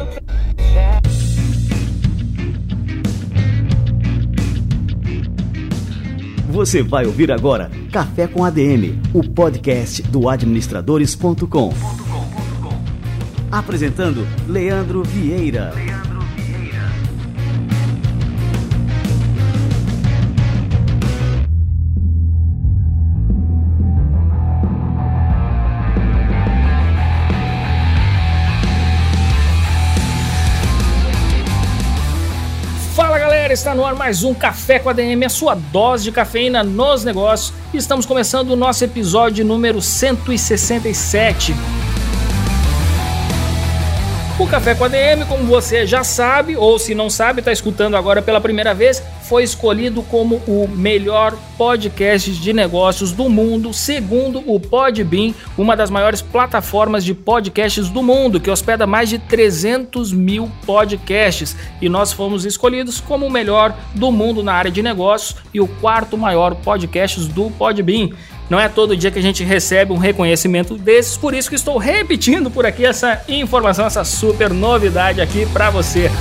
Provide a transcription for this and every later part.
Você vai ouvir agora Café com ADM, o podcast do administradores.com. Apresentando Leandro Vieira. Fala galera, está no ar mais um Café com ADM, a sua dose de cafeína nos negócios. Estamos começando o nosso episódio número 167. O Café com ADM, como você já sabe, ou se não sabe, está escutando agora pela primeira vez, foi escolhido como o melhor podcast de negócios do mundo, segundo o Podbean, uma das maiores plataformas de podcasts do mundo, que hospeda mais de 300 mil podcasts. E nós fomos escolhidos como o melhor do mundo na área de negócios e o quarto maior podcast do Podbean. Não é todo dia que a gente recebe um reconhecimento desses, por isso que estou repetindo por aqui essa informação, essa super novidade aqui para você.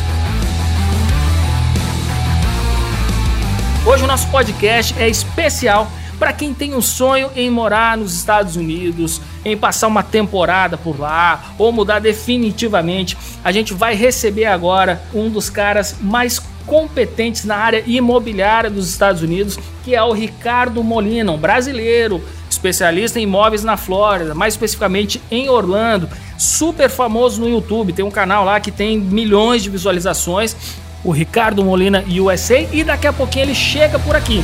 Hoje o nosso podcast é especial para quem tem um sonho em morar nos Estados Unidos, em passar uma temporada por lá ou mudar definitivamente. A gente vai receber agora um dos caras mais competentes na área imobiliária dos Estados Unidos, que é o Ricardo Molina, um brasileiro, especialista em imóveis na Flórida, mais especificamente em Orlando, super famoso no YouTube, tem um canal lá que tem milhões de visualizações, o Ricardo Molina USA, e daqui a pouquinho ele chega por aqui.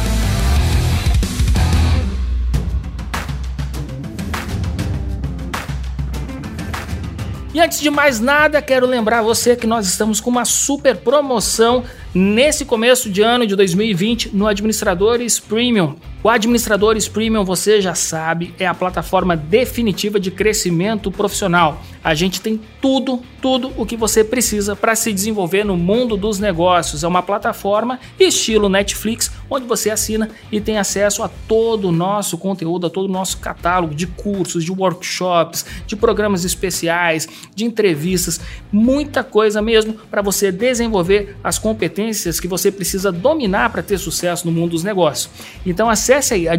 E antes de mais nada, quero lembrar você que nós estamos com uma super promoção nesse começo de ano de 2020 no Administradores Premium. O Administradores Premium, você já sabe, é a plataforma definitiva de crescimento profissional. A gente tem tudo o que você precisa para se desenvolver no mundo dos negócios. É uma plataforma estilo Netflix, onde você assina e tem acesso a todo o nosso conteúdo, a todo o nosso catálogo de cursos, de workshops, de programas especiais, de entrevistas, muita coisa mesmo para você desenvolver as competências que você precisa dominar para ter sucesso no mundo dos negócios. Então acesse aí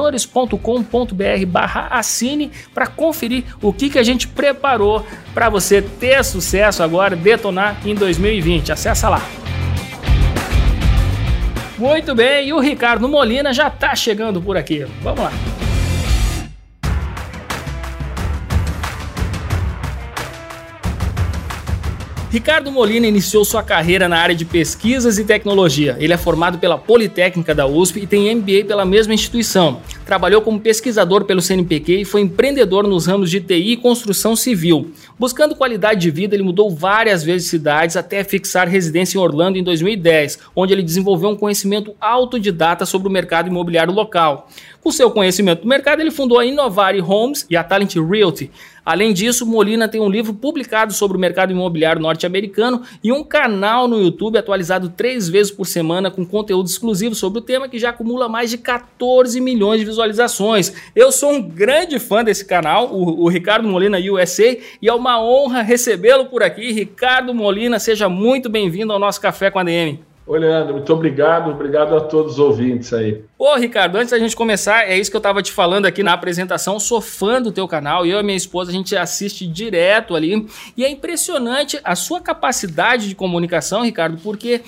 administradores.com.br/assine para conferir o que a gente preparou para você ter sucesso agora, detonar em 2020. Acessa lá. Muito bem, e o Ricardo Molina já está chegando por aqui. Vamos lá. Ricardo Molina iniciou sua carreira na área de pesquisas e tecnologia. Ele é formado pela Politécnica da USP e tem MBA pela mesma instituição. Trabalhou como pesquisador pelo CNPq e foi empreendedor nos ramos de TI e construção civil. Buscando qualidade de vida, ele mudou várias vezes de cidades até fixar residência em Orlando em 2010, onde ele desenvolveu um conhecimento autodidata sobre o mercado imobiliário local. Com seu conhecimento do mercado, ele fundou a Innovari Homes e a Talent Realty. Além disso, Molina tem um livro publicado sobre o mercado imobiliário norte-americano e um canal no YouTube atualizado 3 vezes por semana com conteúdo exclusivo sobre o tema, que já acumula mais de 14 milhões de visualizações. Eu sou um grande fã desse canal, o Ricardo Molina USA, e é uma honra recebê-lo por aqui. Ricardo Molina, seja muito bem-vindo ao nosso Café com ADM. Oi, Leandro, muito obrigado a todos os ouvintes aí. Ô, Ricardo, antes da gente começar, é isso que eu estava te falando aqui na apresentação, sou fã do teu canal, eu e minha esposa, a gente assiste direto ali, e é impressionante a sua capacidade de comunicação, Ricardo, porque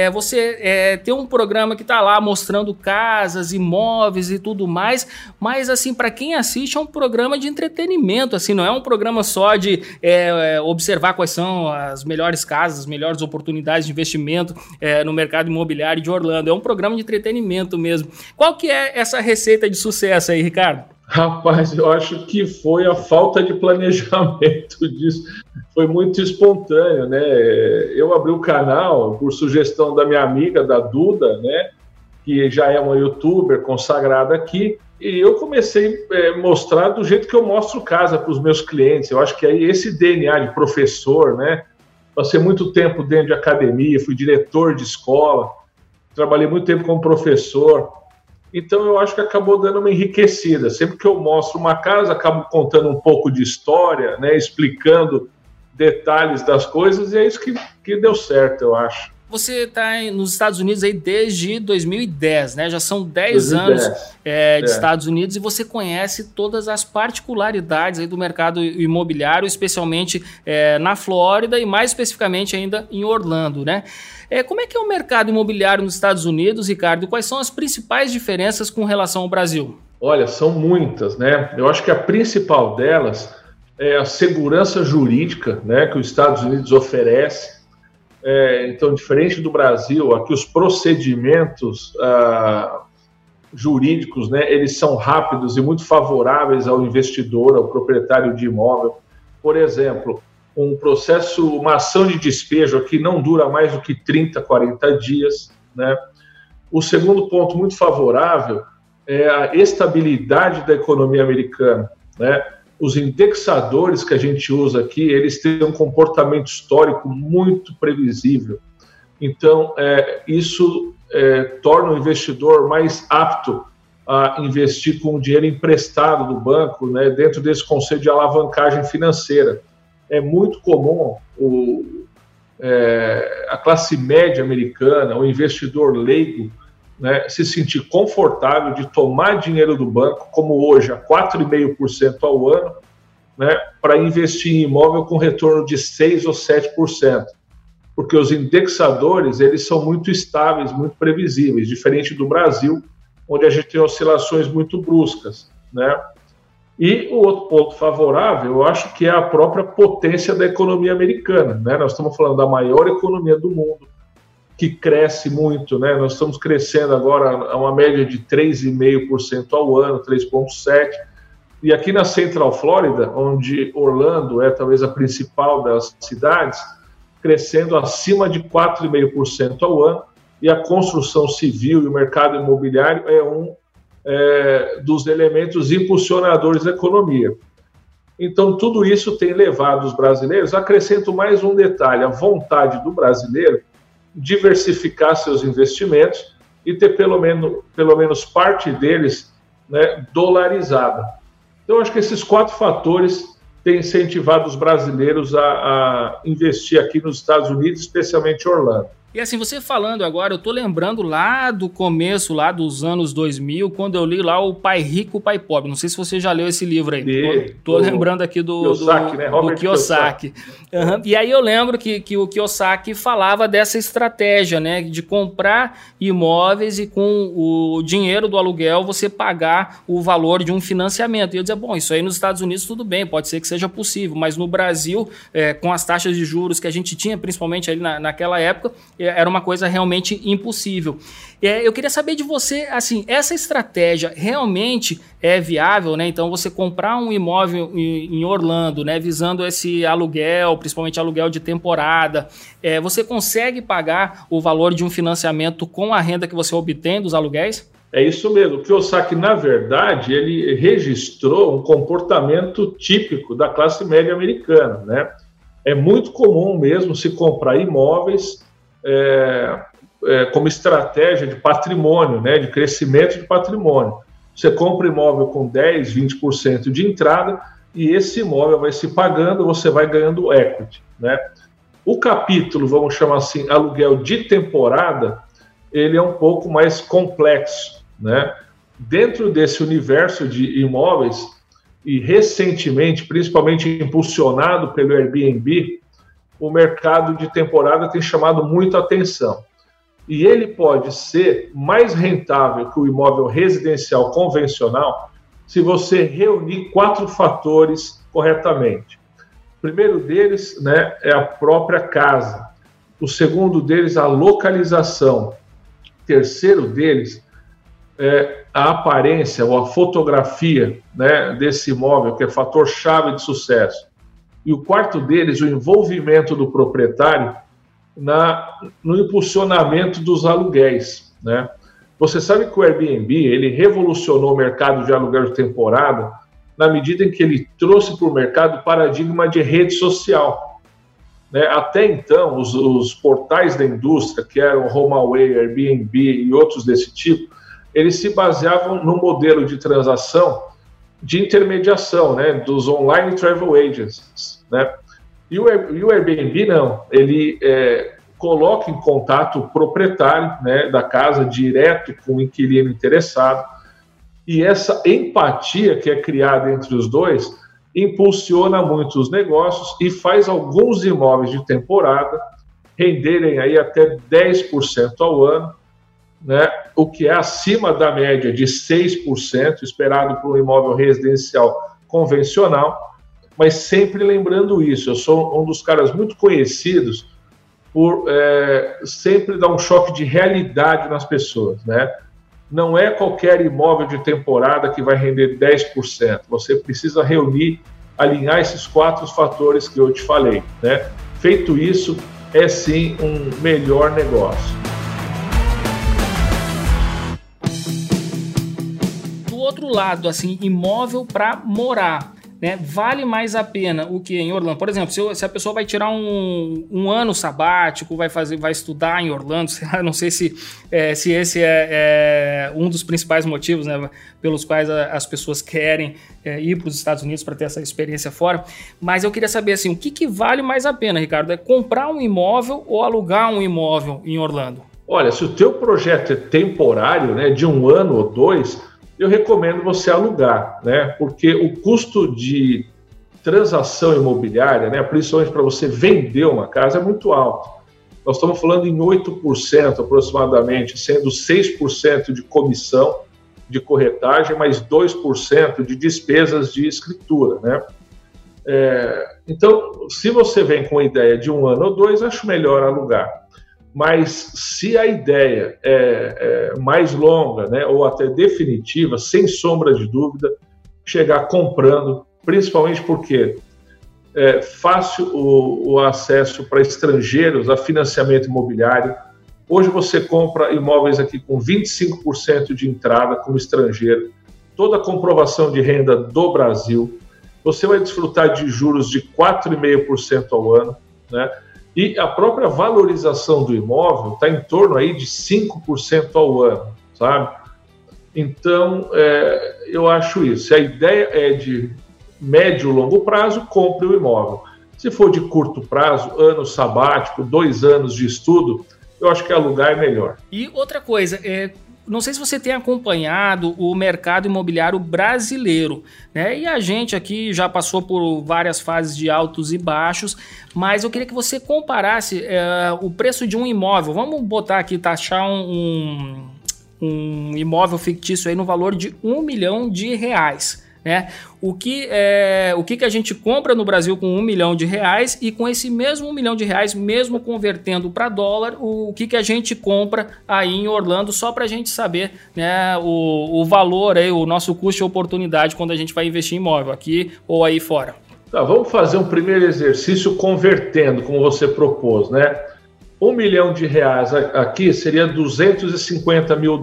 você tem um programa que está lá mostrando casas, imóveis e tudo mais, mas assim, para quem assiste é um programa de entretenimento, assim, não é um programa só de observar quais são as melhores casas, as melhores oportunidades de investimento no mercado imobiliário de Orlando, é um programa de entretenimento mesmo. Qual que é essa receita de sucesso aí, Ricardo? Rapaz, eu acho que foi a falta de planejamento disso. Foi muito espontâneo, né? Eu abri o canal por sugestão da minha amiga, da Duda, né? Que já é uma youtuber consagrada aqui. E eu comecei a mostrar do jeito que eu mostro casa para os meus clientes. Eu acho que aí esse DNA de professor, né? Passei muito tempo dentro de academia, fui diretor de escola, trabalhei muito tempo como professor. Então, eu acho que acabou dando uma enriquecida. Sempre que eu mostro uma casa, acabo contando um pouco de história, né, explicando detalhes das coisas, e é isso que deu certo, eu acho. Você está nos Estados Unidos aí desde 2010, né? Já são 10 anos de Estados Unidos, e você conhece todas as particularidades aí do mercado imobiliário, especialmente na Flórida e mais especificamente ainda em Orlando, né? Como é que é o mercado imobiliário nos Estados Unidos, Ricardo? Quais são as principais diferenças com relação ao Brasil? Olha, são muitas, né? Eu acho que a principal delas é a segurança jurídica, né, que os Estados Unidos oferece. Então, diferente do Brasil, aqui os procedimentos jurídicos, né, eles são rápidos e muito favoráveis ao investidor, ao proprietário de imóvel. Por exemplo, uma ação de despejo aqui não dura mais do que 30, 40 dias, né? O segundo ponto muito favorável é a estabilidade da economia americana, né? Os indexadores que a gente usa aqui, eles têm um comportamento histórico muito previsível. Então, isso torna o investidor mais apto a investir com o dinheiro emprestado do banco, né, dentro desse conceito de alavancagem financeira. É muito comum a classe média americana, o investidor leigo, né, se sentir confortável de tomar dinheiro do banco, como hoje, a 4,5% ao ano, né, para investir em imóvel com retorno de 6% ou 7%. Porque os indexadores, eles são muito estáveis, muito previsíveis, diferente do Brasil, onde a gente tem oscilações muito bruscas, né? E o outro ponto favorável, eu acho que é a própria potência da economia americana, né? Nós estamos falando da maior economia do mundo, que cresce muito, né? Nós estamos crescendo agora a uma média de 3,5% ao ano, 3,7%. E aqui na Central Flórida, onde Orlando é talvez a principal das cidades, crescendo acima de 4,5% ao ano, e a construção civil e o mercado imobiliário é um dos elementos impulsionadores da economia. Então, tudo isso tem levado os brasileiros, acrescento mais um detalhe, a vontade do brasileiro diversificar seus investimentos e ter pelo menos parte deles, né, dolarizada. Então, acho que esses 4 fatores têm incentivado os brasileiros a investir aqui nos Estados Unidos, especialmente Orlando. E assim, você falando agora, eu tô lembrando lá do começo, lá dos anos 2000, quando eu li lá o Pai Rico, Pai Pobre. Não sei se você já leu esse livro aí. Tô lembrando aqui do Kiyosaki, né? Robert Kiyosaki. Uhum. E aí eu lembro que o Kiyosaki falava dessa estratégia, né? De comprar imóveis e com o dinheiro do aluguel você pagar o valor de um financiamento. E eu dizia, bom, isso aí nos Estados Unidos tudo bem, pode ser que seja possível, mas no Brasil, com as taxas de juros que a gente tinha, principalmente ali naquela época, era uma coisa realmente impossível. Eu queria saber de você, assim, essa estratégia realmente é viável, né? Então, você comprar um imóvel em Orlando, né, visando esse aluguel, principalmente aluguel de temporada, você consegue pagar o valor de um financiamento com a renda que você obtém dos aluguéis? É isso mesmo. O Kiyosaki, na verdade, ele registrou um comportamento típico da classe média americana, né? É muito comum mesmo se comprar imóveis como estratégia de patrimônio, né, de crescimento de patrimônio. Você compra imóvel com 10%, 20% de entrada e esse imóvel vai se pagando, você vai ganhando equity, né? O capítulo, vamos chamar assim, aluguel de temporada, ele é um pouco mais complexo, né? Dentro desse universo de imóveis, e recentemente, principalmente impulsionado pelo Airbnb, o mercado de temporada tem chamado muito a atenção. E ele pode ser mais rentável que o imóvel residencial convencional se você reunir 4 fatores corretamente. O primeiro deles, né, é a própria casa. O segundo deles, a localização. O terceiro deles é a aparência ou a fotografia, né, desse imóvel, que é fator chave de sucesso. E o quarto deles, o envolvimento do proprietário no impulsionamento dos aluguéis, né? Você sabe que o Airbnb, ele revolucionou o mercado de aluguel de temporada na medida em que ele trouxe para o mercado o paradigma de rede social, né? Até então, os portais da indústria, que eram HomeAway, Airbnb e outros desse tipo, eles se baseavam no modelo de transação de intermediação, né, dos online travel agencies, né? E o Airbnb não, ele coloca em contato o proprietário, né, da casa direto com o inquilino interessado, e essa empatia que é criada entre os dois impulsiona muito os negócios e faz alguns imóveis de temporada renderem aí até 10% ao ano, né, o que é acima da média de 6% esperado por um imóvel residencial convencional, mas sempre lembrando isso, eu sou um dos caras muito conhecidos por sempre dar um choque de realidade nas pessoas, né? Não é qualquer imóvel de temporada que vai render 10%, você precisa reunir, alinhar esses 4 fatores que eu te falei, né? Feito isso, é sim um melhor negócio. Do outro lado, assim, imóvel para morar, né? Vale mais a pena o que em Orlando? Por exemplo, se a pessoa vai tirar um ano sabático, vai estudar em Orlando, não sei se esse é um dos principais motivos, né, pelos quais as pessoas querem ir para os Estados Unidos para ter essa experiência fora, mas eu queria saber assim, o que vale mais a pena, Ricardo? É comprar um imóvel ou alugar um imóvel em Orlando? Olha, se o teu projeto é temporário, né, de 1 ano ou 2, eu recomendo você alugar, né? Porque o custo de transação imobiliária, né, principalmente para você vender uma casa, é muito alto. Nós estamos falando em 8% aproximadamente, sendo 6% de comissão de corretagem, mais 2% de despesas de escritura, né? Então, se você vem com a ideia de 1 ano ou 2, acho melhor alugar. Mas se a ideia é mais longa, né, ou até definitiva, sem sombra de dúvida, chegar comprando, principalmente porque é fácil o acesso para estrangeiros a financiamento imobiliário. Hoje você compra imóveis aqui com 25% de entrada como estrangeiro, toda a comprovação de renda do Brasil, você vai desfrutar de juros de 4,5% ao ano, né? E a própria valorização do imóvel está em torno aí de 5% ao ano, sabe? Então, eu acho isso. Se a ideia é de médio e longo prazo, compre o imóvel. Se for de curto prazo, ano sabático, 2 anos de estudo, eu acho que alugar é melhor. E outra coisa, não sei se você tem acompanhado o mercado imobiliário brasileiro, né? E a gente aqui já passou por várias fases de altos e baixos, mas eu queria que você comparasse o preço de um imóvel. Vamos botar aqui, taxar um imóvel fictício aí no valor de R$1 milhão, né? O que a gente compra no Brasil com R$1 milhão e com esse mesmo R$1 milhão, mesmo convertendo para dólar, o que a gente compra aí em Orlando, só para a gente saber, né, o valor, aí, o nosso custo e oportunidade quando a gente vai investir em imóvel, aqui ou aí fora. Tá, vamos fazer um primeiro exercício convertendo, como você propôs, né? R$1 milhão aqui seria $250 mil.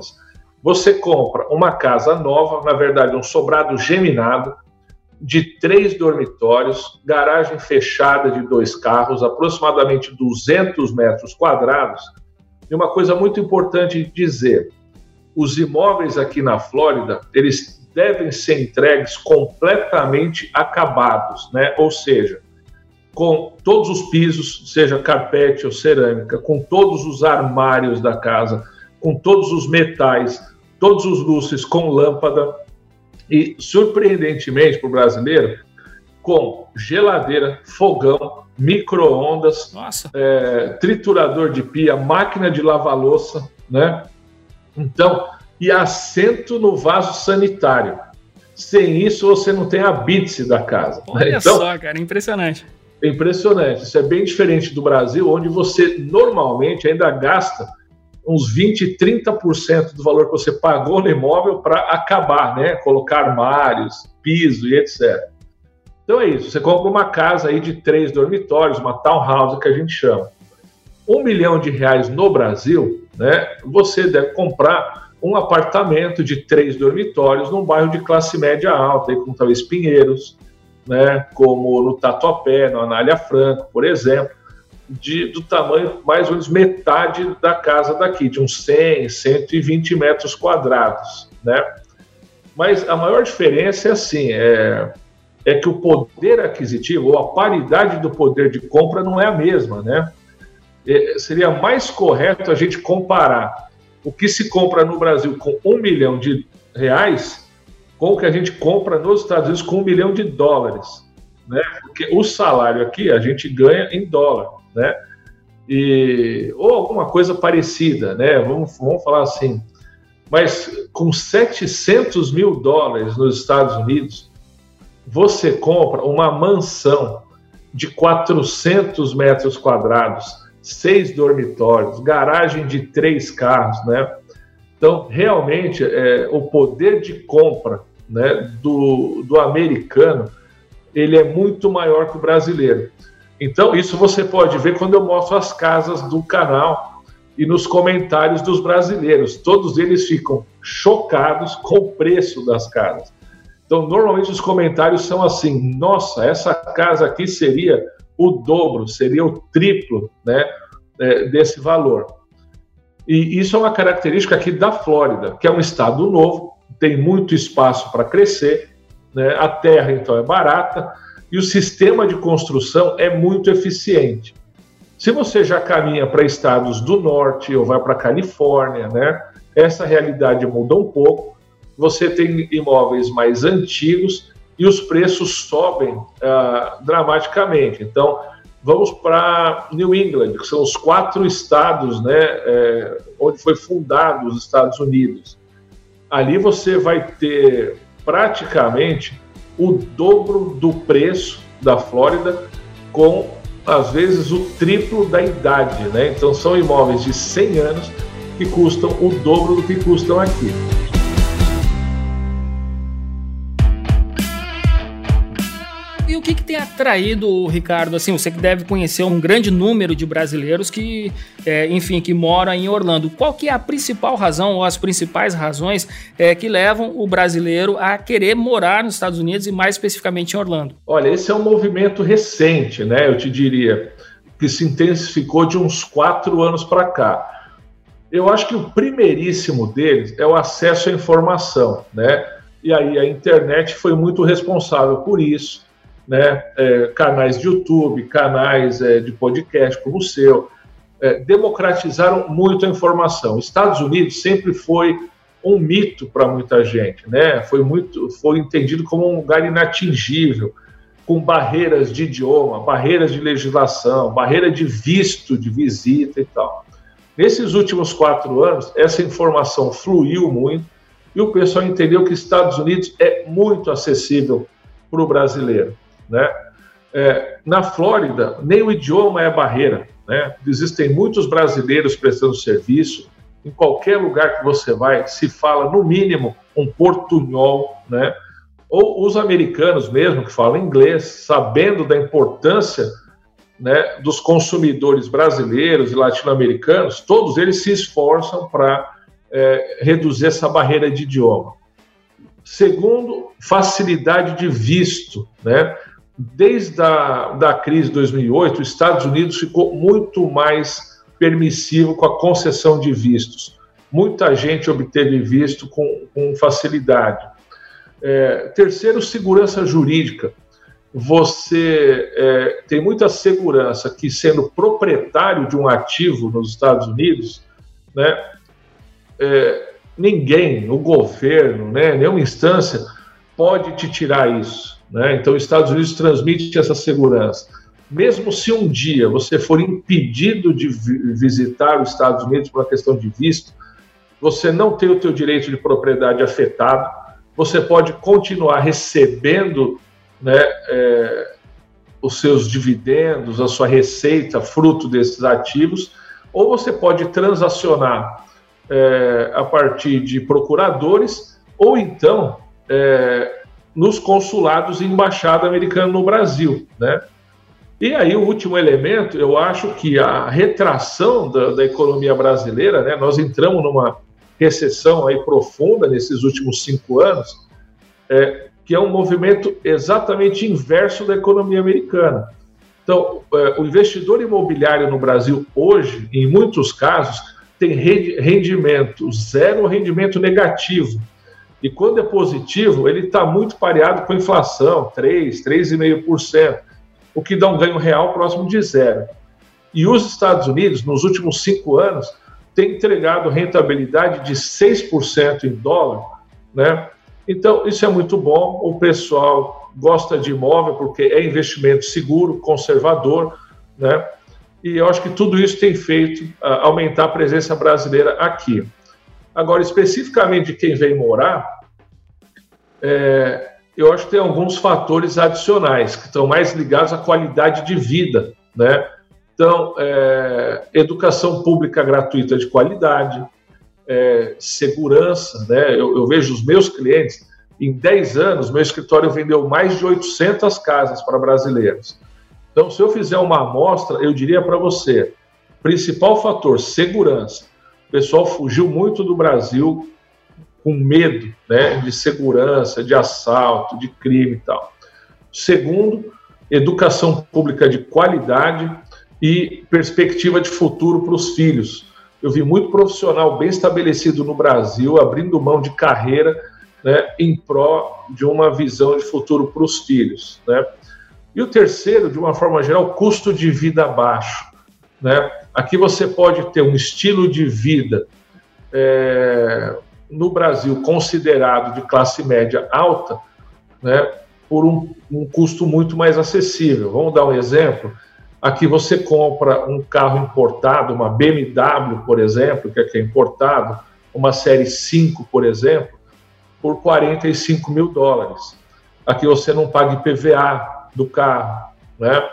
Você compra uma casa nova, na verdade um sobrado geminado, de 3 dormitórios, garagem fechada de 2 carros, aproximadamente 200 metros quadrados. E uma coisa muito importante de dizer, os imóveis aqui na Flórida, eles devem ser entregues completamente acabados, né? Ou seja, com todos os pisos, seja carpete ou cerâmica, com todos os armários da casa, com todos os metais, todos os lustres com lâmpada e, surpreendentemente para o brasileiro, com geladeira, fogão, micro-ondas, triturador de pia, máquina de lavar louça, né? Então, e assento no vaso sanitário. Sem isso, você não tem a habite da casa. Olha então, só, cara, impressionante. É impressionante. Isso é bem diferente do Brasil, onde você normalmente ainda gasta uns 20%, 30% do valor que você pagou no imóvel para acabar, né? Colocar armários, piso e etc. Então é isso, você compra uma casa aí de 3 dormitórios, uma townhouse que a gente chama. R$1 milhão no Brasil, né? Você deve comprar um apartamento de 3 dormitórios num bairro de classe média alta, aí, como talvez Pinheiros, né? Como no Tatuapé, no Anália Franco, por exemplo. Do tamanho mais ou menos metade da casa daqui, de uns 100, 120 metros quadrados, né? Mas a maior diferença é assim, é que o poder aquisitivo, ou a paridade do poder de compra não é a mesma, né? Seria mais correto a gente comparar o que se compra no Brasil com R$1 milhão com o que a gente compra nos Estados Unidos com $1 milhão, né? Porque o salário aqui a gente ganha em dólar, né? Ou alguma coisa parecida, né? Vamos falar assim. Mas com $700 mil nos Estados Unidos, você compra uma mansão de 400 metros quadrados, 6 dormitórios, garagem de 3 carros, né? Então, realmente, o poder de compra, né, do americano, ele é muito maior que o brasileiro. Então, isso você pode ver quando eu mostro as casas do canal e nos comentários dos brasileiros. Todos eles ficam chocados com o preço das casas. Então, normalmente os comentários são assim: nossa, essa casa aqui seria o dobro, seria o triplo, né, desse valor. E isso é uma característica aqui da Flórida, que é um estado novo, tem muito espaço para crescer, né, a terra, então, é barata, e o sistema de construção é muito eficiente. Se você já caminha para estados do norte ou vai para a Califórnia, né, essa realidade muda um pouco. Você tem imóveis mais antigos e os preços sobem dramaticamente. Então, vamos para New England, que são os 4 estados, né, onde foi fundado os Estados Unidos. Ali você vai ter praticamente o dobro do preço da Flórida, com, às vezes, o triplo da idade, né? Então, são imóveis de 100 anos que custam o dobro do que custam aqui. E o que tem atraído, Ricardo, assim, você que deve conhecer um grande número de brasileiros que, que moram em Orlando. Qual que é a principal razão, ou as principais razões que levam o brasileiro a querer morar nos Estados Unidos e mais especificamente em Orlando? Olha, esse é um movimento recente, né, eu te diria, que se intensificou de uns 4 anos para cá. Eu acho que o primeiríssimo deles é o acesso à informação, né? E aí a internet foi muito responsável por isso, né? Canais de YouTube, canais de podcast como o seu, democratizaram muito a informação. Os Estados Unidos sempre foi um mito para muita gente, né? Foi entendido como um lugar inatingível, com barreiras de idioma, barreiras de legislação, barreira de visto de visita e tal. Nesses últimos 4 anos, essa informação fluiu muito e o pessoal entendeu que os Estados Unidos é muito acessível para o brasileiro, né? Na Flórida, nem o idioma é barreira, né? Existem muitos brasileiros prestando serviço. Em qualquer lugar que você vai, se fala, no mínimo, um portunhol, né? Ou os americanos mesmo, que falam inglês, sabendo da importância, né, dos consumidores brasileiros e latino-americanos, todos eles se esforçam para reduzir essa barreira de idioma. Segundo, facilidade de visto, né? Desde a crise de 2008, os Estados Unidos ficou muito mais permissivo com a concessão de vistos. Muita gente obteve visto com facilidade. Terceiro, segurança jurídica. Você tem muita segurança que, sendo proprietário de um ativo nos Estados Unidos, né, ninguém, o governo, né, nenhuma instância pode te tirar isso, né? Então, os Estados Unidos transmite essa segurança. Mesmo se um dia você for impedido de visitar os Estados Unidos por uma questão de visto, você não tem o teu direito de propriedade afetado, você pode continuar recebendo, né, os seus dividendos, a sua receita, fruto desses ativos, ou você pode transacionar a partir de procuradores, ou então nos consulados e embaixada americana no Brasil, né? E aí o último elemento, eu acho que a retração da economia brasileira, né, nós entramos numa recessão aí profunda nesses últimos 5 anos, que é um movimento exatamente inverso da economia americana. Então, o investidor imobiliário no Brasil hoje, em muitos casos, tem rendimento zero ou rendimento negativo. E quando é positivo, ele está muito pareado com a inflação, 3,5%, o que dá um ganho real próximo de zero. E os Estados Unidos, nos últimos 5 anos, têm entregado rentabilidade de 6% em dólar, né? Então, isso é muito bom. O pessoal gosta de imóvel porque é investimento seguro, conservador, né? E eu acho que tudo isso tem feito aumentar a presença brasileira aqui. Agora, especificamente de quem vem morar, eu acho que tem alguns fatores adicionais que estão mais ligados à qualidade de vida, né? Então, educação pública gratuita de qualidade, segurança, né? Eu vejo os meus clientes, em 10 anos, meu escritório vendeu mais de 800 casas para brasileiros. Então, se eu fizer uma amostra, eu diria para você, principal fator, segurança. O pessoal fugiu muito do Brasil com medo, né, de segurança, de assalto, de crime e tal. Segundo, educação pública de qualidade e perspectiva de futuro para os filhos. Eu vi muito profissional bem estabelecido no Brasil, abrindo mão de carreira, né, em pró de uma visão de futuro para os filhos, né? E o terceiro, de uma forma geral, custo de vida baixo, né? Aqui você pode ter um estilo de vida no Brasil considerado de classe média alta, né, por um custo muito mais acessível. Vamos dar um exemplo. Aqui você compra um carro importado, uma BMW, por exemplo, que é importado, uma série 5, por exemplo, por $45 mil. Aqui você não paga IPVA do carro, né?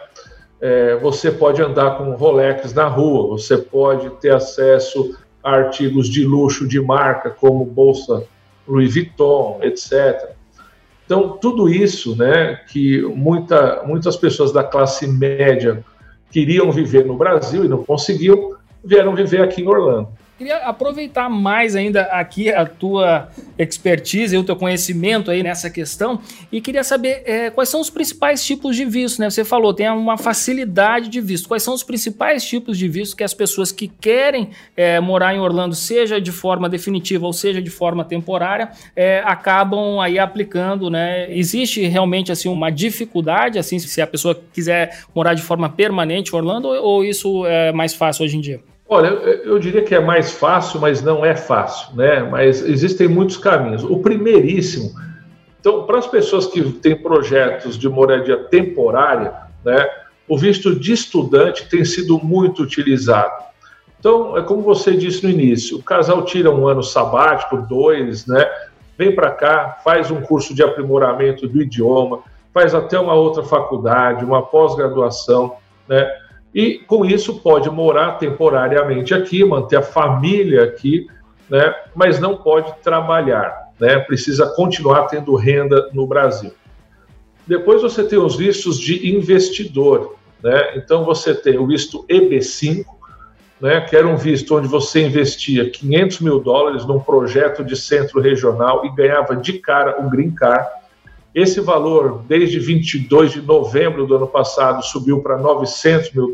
Você pode andar com Rolex na rua, você pode ter acesso a artigos de luxo de marca, como bolsa Louis Vuitton, etc. Então, tudo isso, né, que muitas pessoas da classe média queriam viver no Brasil e não conseguiam, vieram viver aqui em Orlando. Queria aproveitar mais ainda aqui a tua expertise e o teu conhecimento aí nessa questão e queria saber quais são os principais tipos de visto, né? Você falou, tem uma facilidade de visto. Quais são os principais tipos de visto que as pessoas que querem morar em Orlando, seja de forma definitiva ou seja de forma temporária, acabam aí aplicando, né? Existe realmente assim uma dificuldade, assim, se a pessoa quiser morar de forma permanente em Orlando ou isso é mais fácil hoje em dia? Olha, eu diria que é mais fácil, mas não é fácil, né? Mas existem muitos caminhos. O primeiríssimo, então, para as pessoas que têm projetos de moradia temporária, né, o visto de estudante tem sido muito utilizado. Então, é como você disse no início, o casal tira um ano sabático, 2, né? Vem para cá, faz um curso de aprimoramento do idioma, faz até uma outra faculdade, uma pós-graduação, né? E, com isso, pode morar temporariamente aqui, manter a família aqui, né? Mas não pode trabalhar, né? Precisa continuar tendo renda no Brasil. Depois você tem os vistos de investidor, né? Então, você tem o visto EB5, né? Que era um visto onde você investia $500 mil num projeto de centro regional e ganhava de cara o Green Card. Esse valor, desde 22 de novembro do ano passado, subiu para $900 mil,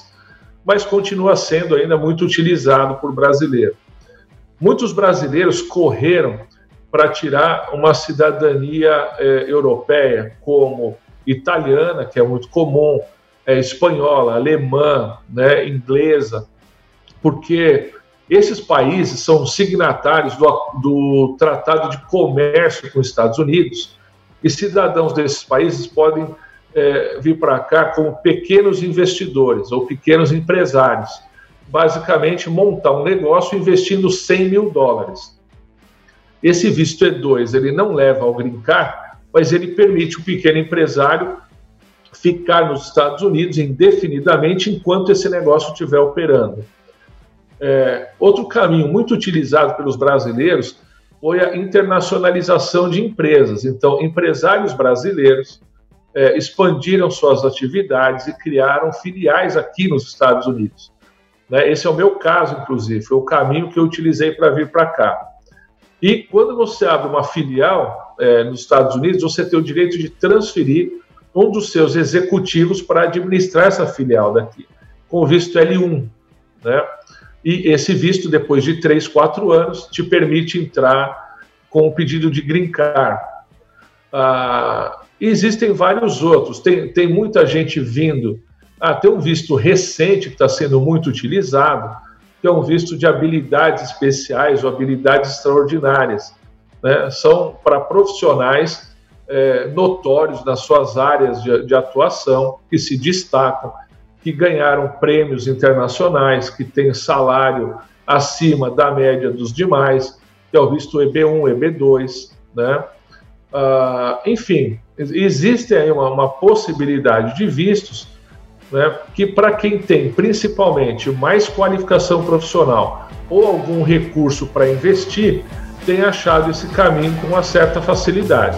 mas continua sendo ainda muito utilizado por brasileiro. Muitos brasileiros correram para tirar uma cidadania europeia, como italiana, que é muito comum, espanhola, alemã, né, inglesa, porque esses países são signatários do Tratado de Comércio com os Estados Unidos, e cidadãos desses países podem vir para cá como pequenos investidores ou pequenos empresários, basicamente montar um negócio investindo $100 mil. Esse visto E2, ele não leva ao Green Card, mas ele permite o pequeno empresário ficar nos Estados Unidos indefinidamente enquanto esse negócio estiver operando. Outro caminho muito utilizado pelos brasileiros foi a internacionalização de empresas. Então, empresários brasileiros expandiram suas atividades e criaram filiais aqui nos Estados Unidos. Né? Esse é o meu caso, inclusive, foi o caminho que eu utilizei para vir para cá. E quando você abre uma filial nos Estados Unidos, você tem o direito de transferir um dos seus executivos para administrar essa filial daqui, com o visto L1, né? E esse visto, depois de 3, 4 anos, te permite entrar com o pedido de green card. Existem vários outros, tem muita gente vindo. Tem um visto recente que está sendo muito utilizado, que é um visto de habilidades especiais ou habilidades extraordinárias, né? São para profissionais notórios nas suas áreas de atuação, que se destacam, que ganharam prêmios internacionais, que têm salário acima da média dos demais, que é o visto EB1, EB2, né? Enfim, existe aí uma possibilidade de vistos, né, que para quem tem principalmente mais qualificação profissional ou algum recurso para investir, tem achado esse caminho com uma certa facilidade.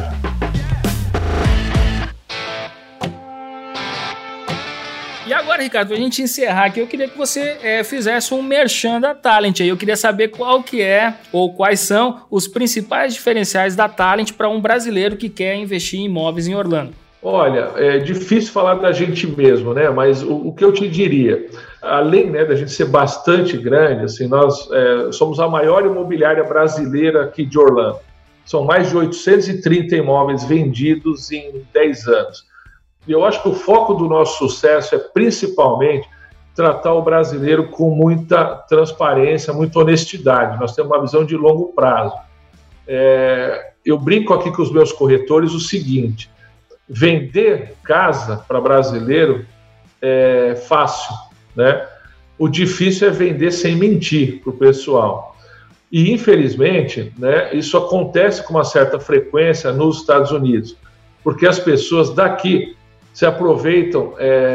E agora, Ricardo, para a gente encerrar aqui, eu queria que você fizesse um merchan da Talent. Eu queria saber qual que é ou quais são os principais diferenciais da Talent para um brasileiro que quer investir em imóveis em Orlando. Olha, é difícil falar da gente mesmo, né? Mas o que eu te diria, além, né, da gente ser bastante grande, assim, nós somos a maior imobiliária brasileira aqui de Orlando. São mais de 830 imóveis vendidos em 10 anos. E eu acho que o foco do nosso sucesso é principalmente tratar o brasileiro com muita transparência, muita honestidade. Nós temos uma visão de longo prazo. Eu brinco aqui com os meus corretores o seguinte: vender casa para brasileiro é fácil, né? O difícil é vender sem mentir para o pessoal. E, infelizmente, né, isso acontece com uma certa frequência nos Estados Unidos, porque as pessoas daqui se aproveitam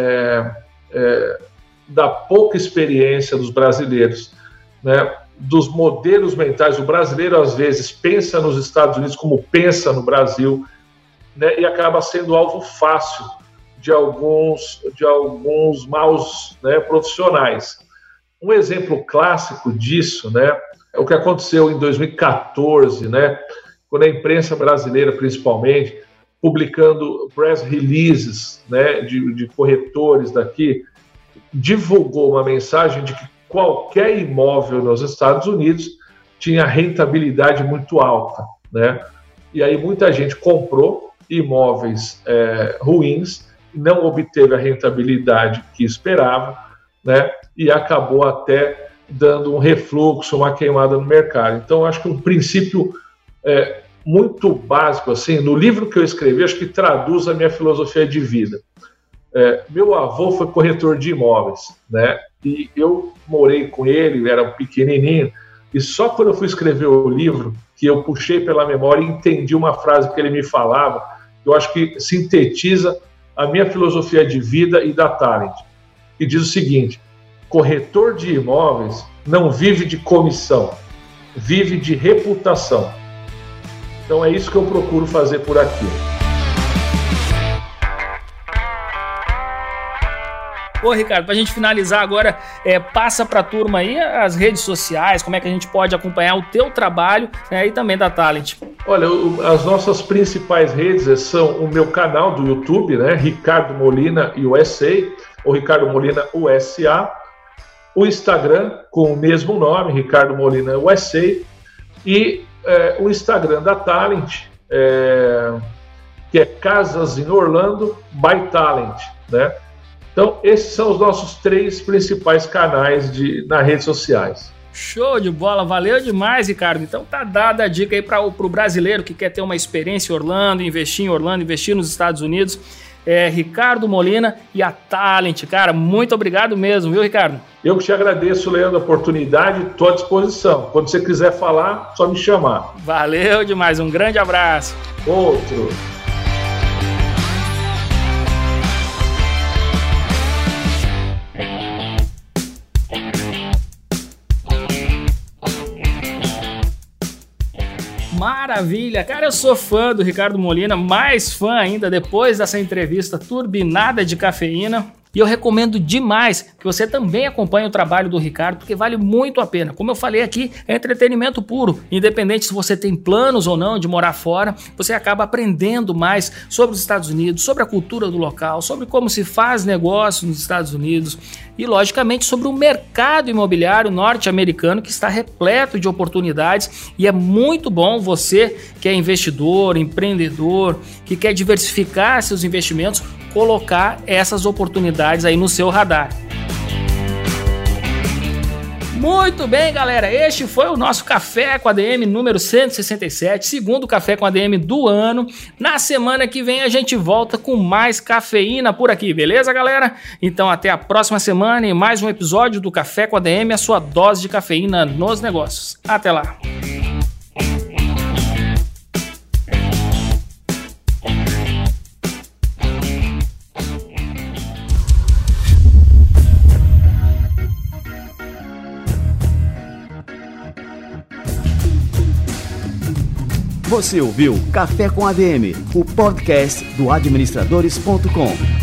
da pouca experiência dos brasileiros, né, dos modelos mentais. O brasileiro, às vezes, pensa nos Estados Unidos como pensa no Brasil, né, e acaba sendo alvo fácil de alguns maus, né, profissionais. Um exemplo clássico disso, né, é o que aconteceu em 2014, né, quando a imprensa brasileira, principalmente, publicando press releases, né, de corretores daqui, divulgou uma mensagem de que qualquer imóvel nos Estados Unidos tinha rentabilidade muito alta, né? E aí muita gente comprou imóveis ruins, não obteve a rentabilidade que esperava, né? E acabou até dando um refluxo, uma queimada no mercado. Então, acho que um princípio muito básico, assim, no livro que eu escrevi, acho que traduz a minha filosofia de vida. Meu avô foi corretor de imóveis, né? E eu morei com ele, era um pequenininho, e só quando eu fui escrever o livro, que eu puxei pela memória e entendi uma frase que ele me falava, que eu acho que sintetiza a minha filosofia de vida e da Talent, que diz o seguinte: corretor de imóveis não vive de comissão, vive de reputação. Então é isso que eu procuro fazer por aqui. Ô, Ricardo, para a gente finalizar agora, passa para a turma aí as redes sociais, como é que a gente pode acompanhar o teu trabalho, né, e também da Talent. Olha, as nossas principais redes são o meu canal do YouTube, né, Ricardo Molina USA, ou Ricardo Molina USA, o Instagram com o mesmo nome, Ricardo Molina USA, e o Instagram da Talent, que é Casas em Orlando by Talent, né? Então, esses são os nossos 3 principais canais nas redes sociais. Show de bola, valeu demais, Ricardo. Então tá dada a dica aí para o brasileiro que quer ter uma experiência em Orlando, investir em Orlando, investir nos Estados Unidos. Ricardo Molina e a Talent. Cara, muito obrigado mesmo, viu, Ricardo? Eu que te agradeço, Leandro, a oportunidade, estou à disposição. Quando você quiser falar, só me chamar. Valeu demais, um grande abraço. Outro. Maravilha, cara, eu sou fã do Ricardo Molina, mais fã ainda depois dessa entrevista turbinada de cafeína. E eu recomendo demais que você também acompanhe o trabalho do Ricardo, porque vale muito a pena. Como eu falei aqui, é entretenimento puro. Independente se você tem planos ou não de morar fora, você acaba aprendendo mais sobre os Estados Unidos, sobre a cultura do local, sobre como se faz negócio nos Estados Unidos e, logicamente, sobre o mercado imobiliário norte-americano, que está repleto de oportunidades, e é muito bom você que é investidor, empreendedor, que quer diversificar seus investimentos, colocar essas oportunidades aí no seu radar. Muito bem, galera, este foi o nosso Café com ADM número 167, segundo Café com ADM do ano. Na semana que vem a gente volta com mais cafeína por aqui, beleza, galera? Então até a próxima semana e mais um episódio do Café com ADM, a sua dose de cafeína nos negócios. Até lá! Você ouviu Café com ADM, o podcast do administradores.com.